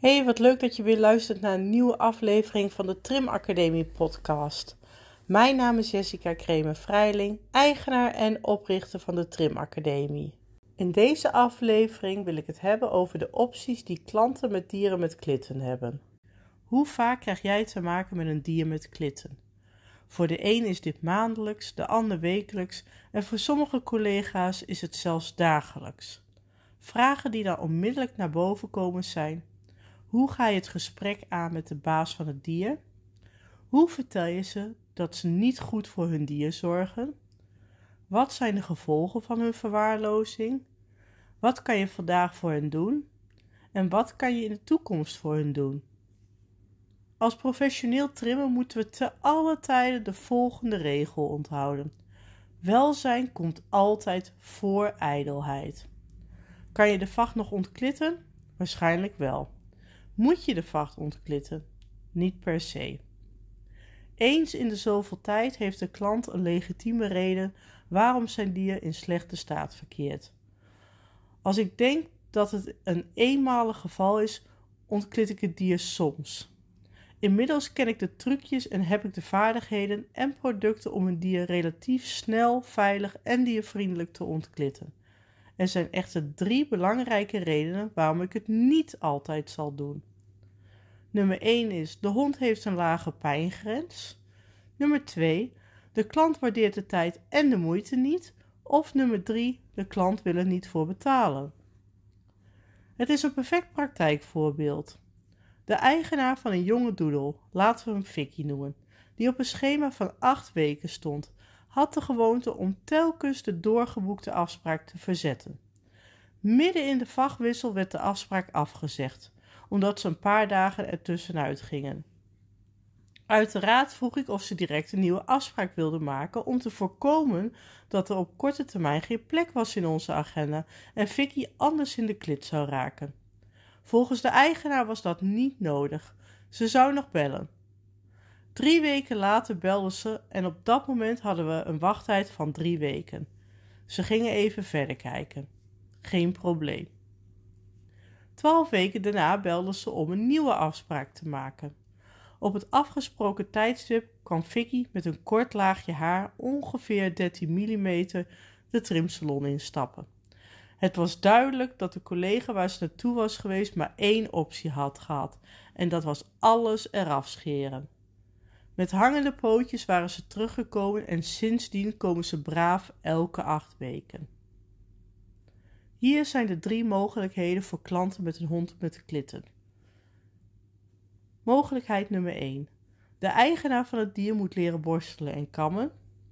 Hey, wat leuk dat je weer luistert naar een nieuwe aflevering van de Trim Academie podcast. Mijn naam is Jessica Kremer-Vrijling, eigenaar en oprichter van de Trim Academie. In deze aflevering wil ik het hebben over de opties die klanten met dieren met klitten hebben. Hoe vaak krijg jij te maken met een dier met klitten? Voor de een is dit maandelijks, de ander wekelijks en voor sommige collega's is het zelfs dagelijks. Vragen die dan onmiddellijk naar boven komen zijn: hoe ga je het gesprek aan met de baas van het dier? Hoe vertel je ze dat ze niet goed voor hun dier zorgen? Wat zijn de gevolgen van hun verwaarlozing? Wat kan je vandaag voor hen doen? En wat kan je in de toekomst voor hen doen? Als professioneel trimmer moeten we te alle tijden de volgende regel onthouden: welzijn komt altijd voor ijdelheid. Kan je de vacht nog ontklitten? Waarschijnlijk wel. Moet je de vacht ontklitten? Niet per se. Eens in de zoveel tijd heeft de klant een legitieme reden waarom zijn dier in slechte staat verkeert. Als ik denk dat het een eenmalig geval is, ontklit ik het dier soms. Inmiddels ken ik de trucjes en heb ik de vaardigheden en producten om een dier relatief snel, veilig en diervriendelijk te ontklitten. Er zijn echter 3 belangrijke redenen waarom ik het niet altijd zal doen. Nummer 1 is: de hond heeft een lage pijngrens. Nummer 2: de klant waardeert de tijd en de moeite niet. Of nummer 3: de klant wil er niet voor betalen. Het is een perfect praktijkvoorbeeld. De eigenaar van een jonge doedel, laten we hem Vicky noemen, die op een schema van 8 weken stond, had de gewoonte om telkens de doorgeboekte afspraak te verzetten. Midden in de vachtwissel werd de afspraak afgezegd, omdat ze een paar dagen ertussenuit gingen. Uiteraard vroeg ik of ze direct een nieuwe afspraak wilde maken om te voorkomen dat er op korte termijn geen plek was in onze agenda en Vicky anders in de klit zou raken. Volgens de eigenaar was dat niet nodig. Ze zou nog bellen. 3 weken later belde ze en op dat moment hadden we een wachttijd van 3 weken. Ze gingen even verder kijken. Geen probleem. 12 weken daarna belde ze om een nieuwe afspraak te maken. Op het afgesproken tijdstip kwam Vicky met een kort laagje haar, ongeveer 13 mm, de trimsalon instappen. Het was duidelijk dat de collega waar ze naartoe was geweest maar 1 optie had gehad en dat was alles eraf scheren. Met hangende pootjes waren ze teruggekomen en sindsdien komen ze braaf elke 8 weken. Hier zijn de 3 mogelijkheden voor klanten met een hond met klitten. Mogelijkheid nummer 1. De eigenaar van het dier moet leren borstelen en kammen.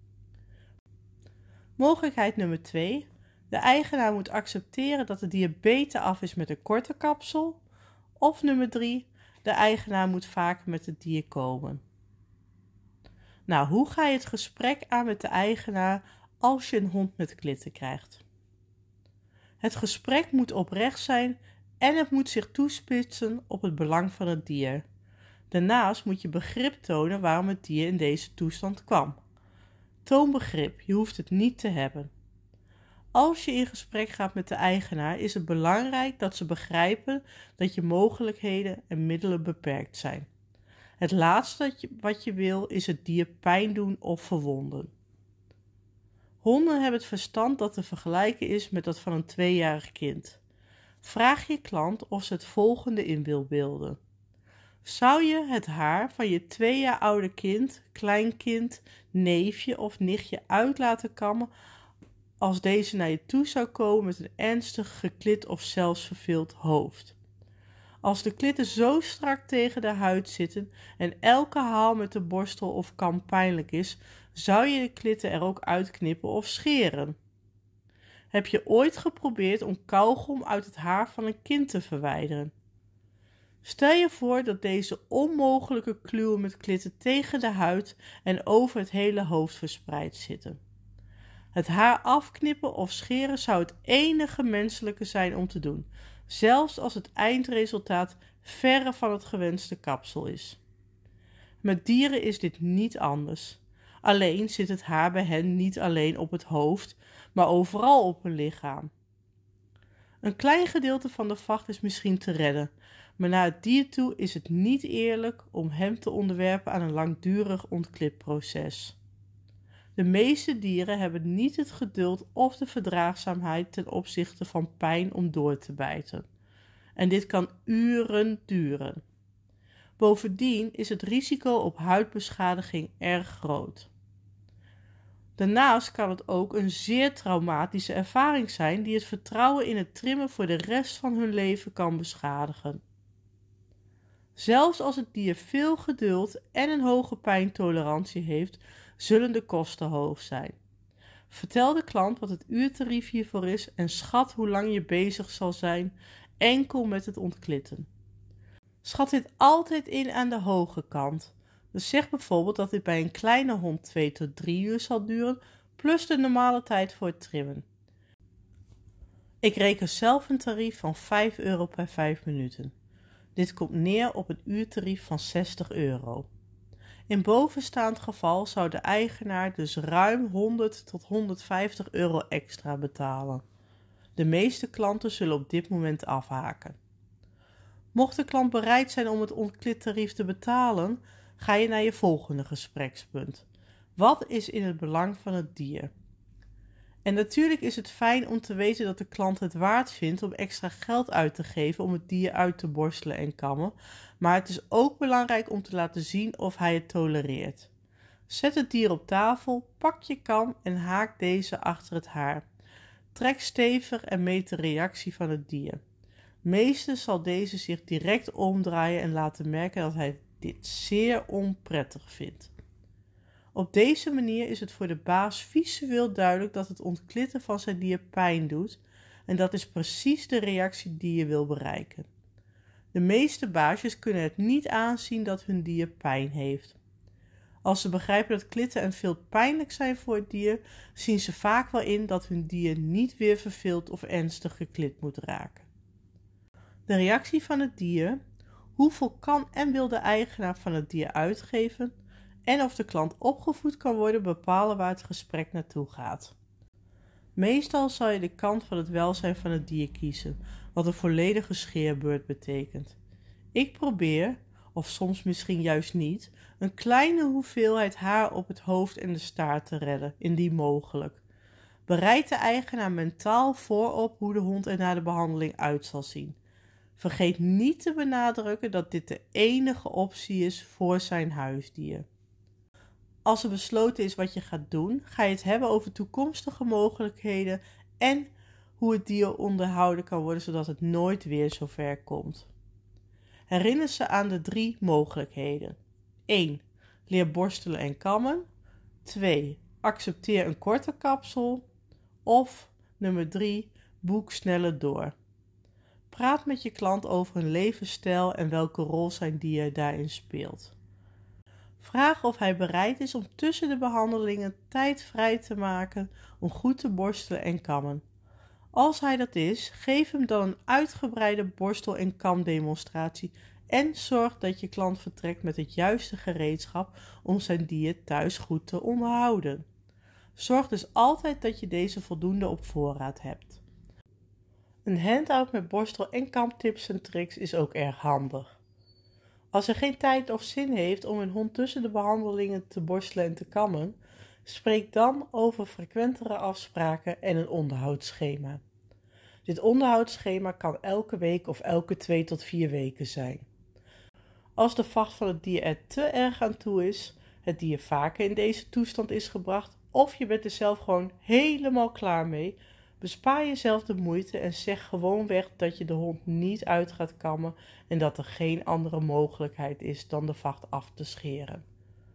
Mogelijkheid nummer 2. De eigenaar moet accepteren dat het dier beter af is met een korte kapsel. Of nummer 3. De eigenaar moet vaker met het dier komen. Nou, hoe ga je het gesprek aan met de eigenaar als je een hond met klitten krijgt? Het gesprek moet oprecht zijn en het moet zich toespitsen op het belang van het dier. Daarnaast moet je begrip tonen waarom het dier in deze toestand kwam. Toon begrip, je hoeft het niet te hebben. Als je in gesprek gaat met de eigenaar is het belangrijk dat ze begrijpen dat je mogelijkheden en middelen beperkt zijn. Het laatste wat je wil is het dier pijn doen of verwonden. Honden hebben het verstand dat te vergelijken is met dat van een 2-jarig kind. Vraag je klant of ze het volgende in wil beelden. Zou je het haar van je 2 jaar oude kind, kleinkind, neefje of nichtje uit laten kammen als deze naar je toe zou komen met een ernstig geklit of zelfs verveeld hoofd? Als de klitten zo strak tegen de huid zitten en elke haal met de borstel of kam pijnlijk is, zou je de klitten er ook uitknippen of scheren. Heb je ooit geprobeerd om kauwgom uit het haar van een kind te verwijderen? Stel je voor dat deze onmogelijke kluwen met klitten tegen de huid en over het hele hoofd verspreid zitten. Het haar afknippen of scheren zou het enige menselijke zijn om te doen, zelfs als het eindresultaat verre van het gewenste kapsel is. Met dieren is dit niet anders. Alleen zit het haar bij hen niet alleen op het hoofd, maar overal op hun lichaam. Een klein gedeelte van de vacht is misschien te redden, maar naar het dier toe is het niet eerlijk om hem te onderwerpen aan een langdurig ontklitproces. De meeste dieren hebben niet het geduld of de verdraagzaamheid ten opzichte van pijn om door te bijten. En dit kan uren duren. Bovendien is het risico op huidbeschadiging erg groot. Daarnaast kan het ook een zeer traumatische ervaring zijn die het vertrouwen in het trimmen voor de rest van hun leven kan beschadigen. Zelfs als het dier veel geduld en een hoge pijntolerantie heeft, zullen de kosten hoog zijn. Vertel de klant wat het uurtarief hiervoor is en schat hoe lang je bezig zal zijn enkel met het ontklitten. Schat dit altijd in aan de hoge kant. Dus zeg bijvoorbeeld dat dit bij een kleine hond 2 tot 3 uur zal duren, plus de normale tijd voor het trimmen. Ik reken zelf een tarief van €5 per 5 minuten. Dit komt neer op een uurtarief van €60. In bovenstaand geval zou de eigenaar dus ruim €100 tot €150 extra betalen. De meeste klanten zullen op dit moment afhaken. Mocht de klant bereid zijn om het ontklittarief te betalen, ga je naar je volgende gesprekspunt. Wat is in het belang van het dier? En natuurlijk is het fijn om te weten dat de klant het waard vindt om extra geld uit te geven om het dier uit te borstelen en kammen, maar het is ook belangrijk om te laten zien of hij het tolereert. Zet het dier op tafel, pak je kam en haak deze achter het haar. Trek stevig en meet de reactie van het dier. Meestal zal deze zich direct omdraaien en laten merken dat hij dit zeer onprettig vindt. Op deze manier is het voor de baas visueel duidelijk dat het ontklitten van zijn dier pijn doet en dat is precies de reactie die je wil bereiken. De meeste baasjes kunnen het niet aanzien dat hun dier pijn heeft. Als ze begrijpen dat klitten en vilt pijnlijk zijn voor het dier, zien ze vaak wel in dat hun dier niet weer verveeld of ernstig geklit moet raken. De reactie van het dier, hoeveel kan en wil de eigenaar van het dier uitgeven en of de klant opgevoed kan worden bepalen waar het gesprek naartoe gaat. Meestal zal je de kant van het welzijn van het dier kiezen, wat een volledige scheerbeurt betekent. Ik probeer, of soms misschien juist niet, een kleine hoeveelheid haar op het hoofd en de staart te redden, indien mogelijk. Bereid de eigenaar mentaal voor op hoe de hond er na de behandeling uit zal zien. Vergeet niet te benadrukken dat dit de enige optie is voor zijn huisdier. Als er besloten is wat je gaat doen, ga je het hebben over toekomstige mogelijkheden en hoe het dier onderhouden kan worden zodat het nooit weer zover komt. Herinner ze aan de 3 mogelijkheden. 1. Leer borstelen en kammen. 2. Accepteer een korte kapsel. Of nummer 3. Boek sneller door. Praat met je klant over hun levensstijl en welke rol zijn dier daarin speelt. Vraag of hij bereid is om tussen de behandelingen tijd vrij te maken om goed te borstelen en kammen. Als hij dat is, geef hem dan een uitgebreide borstel- en kamdemonstratie en zorg dat je klant vertrekt met het juiste gereedschap om zijn dier thuis goed te onderhouden. Zorg dus altijd dat je deze voldoende op voorraad hebt. Een handout met borstel- en kamtips en tricks is ook erg handig. Als er geen tijd of zin heeft om een hond tussen de behandelingen te borstelen en te kammen, spreek dan over frequentere afspraken en een onderhoudsschema. Dit onderhoudsschema kan elke week of elke 2 tot 4 weken zijn. Als de vacht van het dier er te erg aan toe is, het dier vaker in deze toestand is gebracht of je bent er zelf gewoon helemaal klaar mee, bespaar jezelf de moeite en zeg gewoonweg dat je de hond niet uit gaat kammen en dat er geen andere mogelijkheid is dan de vacht af te scheren.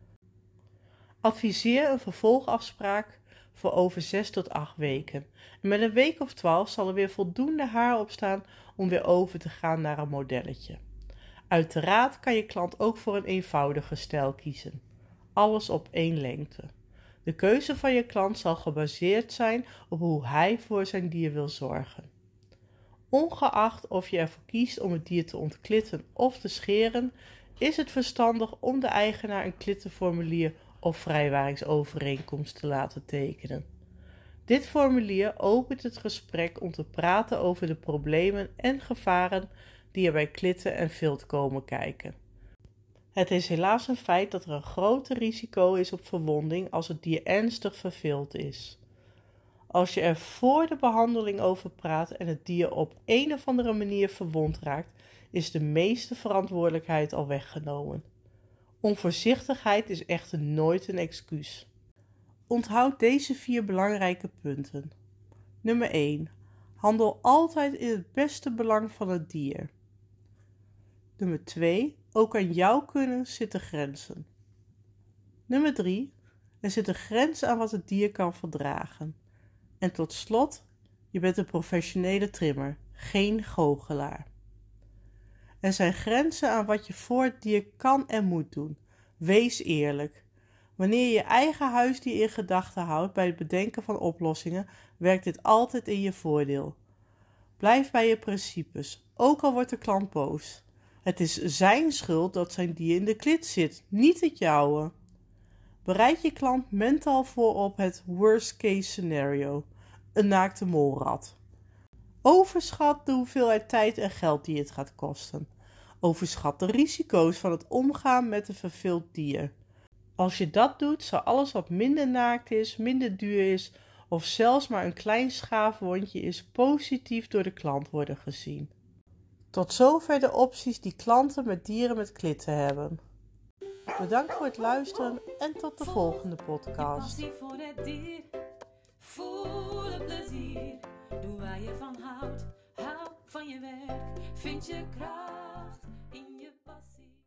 Adviseer een vervolgafspraak voor over 6 tot 8 weken. En met een week of 12 zal er weer voldoende haar opstaan om weer over te gaan naar een modelletje. Uiteraard kan je klant ook voor een eenvoudige stijl kiezen. Alles op 1 lengte. De keuze van je klant zal gebaseerd zijn op hoe hij voor zijn dier wil zorgen. Ongeacht of je ervoor kiest om het dier te ontklitten of te scheren, is het verstandig om de eigenaar een klittenformulier of vrijwaringsovereenkomst te laten tekenen. Dit formulier opent het gesprek om te praten over de problemen en gevaren die er bij klitten en vilt komen kijken. Het is helaas een feit dat er een groter risico is op verwonding als het dier ernstig verveeld is. Als je er voor de behandeling over praat en het dier op een of andere manier verwond raakt, is de meeste verantwoordelijkheid al weggenomen. Onvoorzichtigheid is echter nooit een excuus. Onthoud deze 4 belangrijke punten. Nummer 1. Handel altijd in het beste belang van het dier. Nummer 2. Ook aan jouw kunnen zitten grenzen. Nummer 3. Er zit een grens aan wat het dier kan verdragen. En tot slot, je bent een professionele trimmer, geen goochelaar. Er zijn grenzen aan wat je voor het dier kan en moet doen. Wees eerlijk. Wanneer je je eigen huisdier in gedachten houdt bij het bedenken van oplossingen, werkt dit altijd in je voordeel. Blijf bij je principes, ook al wordt de klant boos. Het is zijn schuld dat zijn dier in de klit zit, niet het jouwe. Bereid je klant mentaal voor op het worst case scenario, een naakte molrat. Overschat de hoeveelheid tijd en geld die het gaat kosten. Overschat de risico's van het omgaan met een verveeld dier. Als je dat doet, zal alles wat minder naakt is, minder duur is of zelfs maar een klein schaafwondje is, positief door de klant worden gezien. Tot zover de opties die klanten met dieren met klitten hebben. Bedankt voor het luisteren en tot de volgende podcast. Je passie voor het dier, voel het plezier. Doe waar je van houdt, hou van je werk, vind je kracht.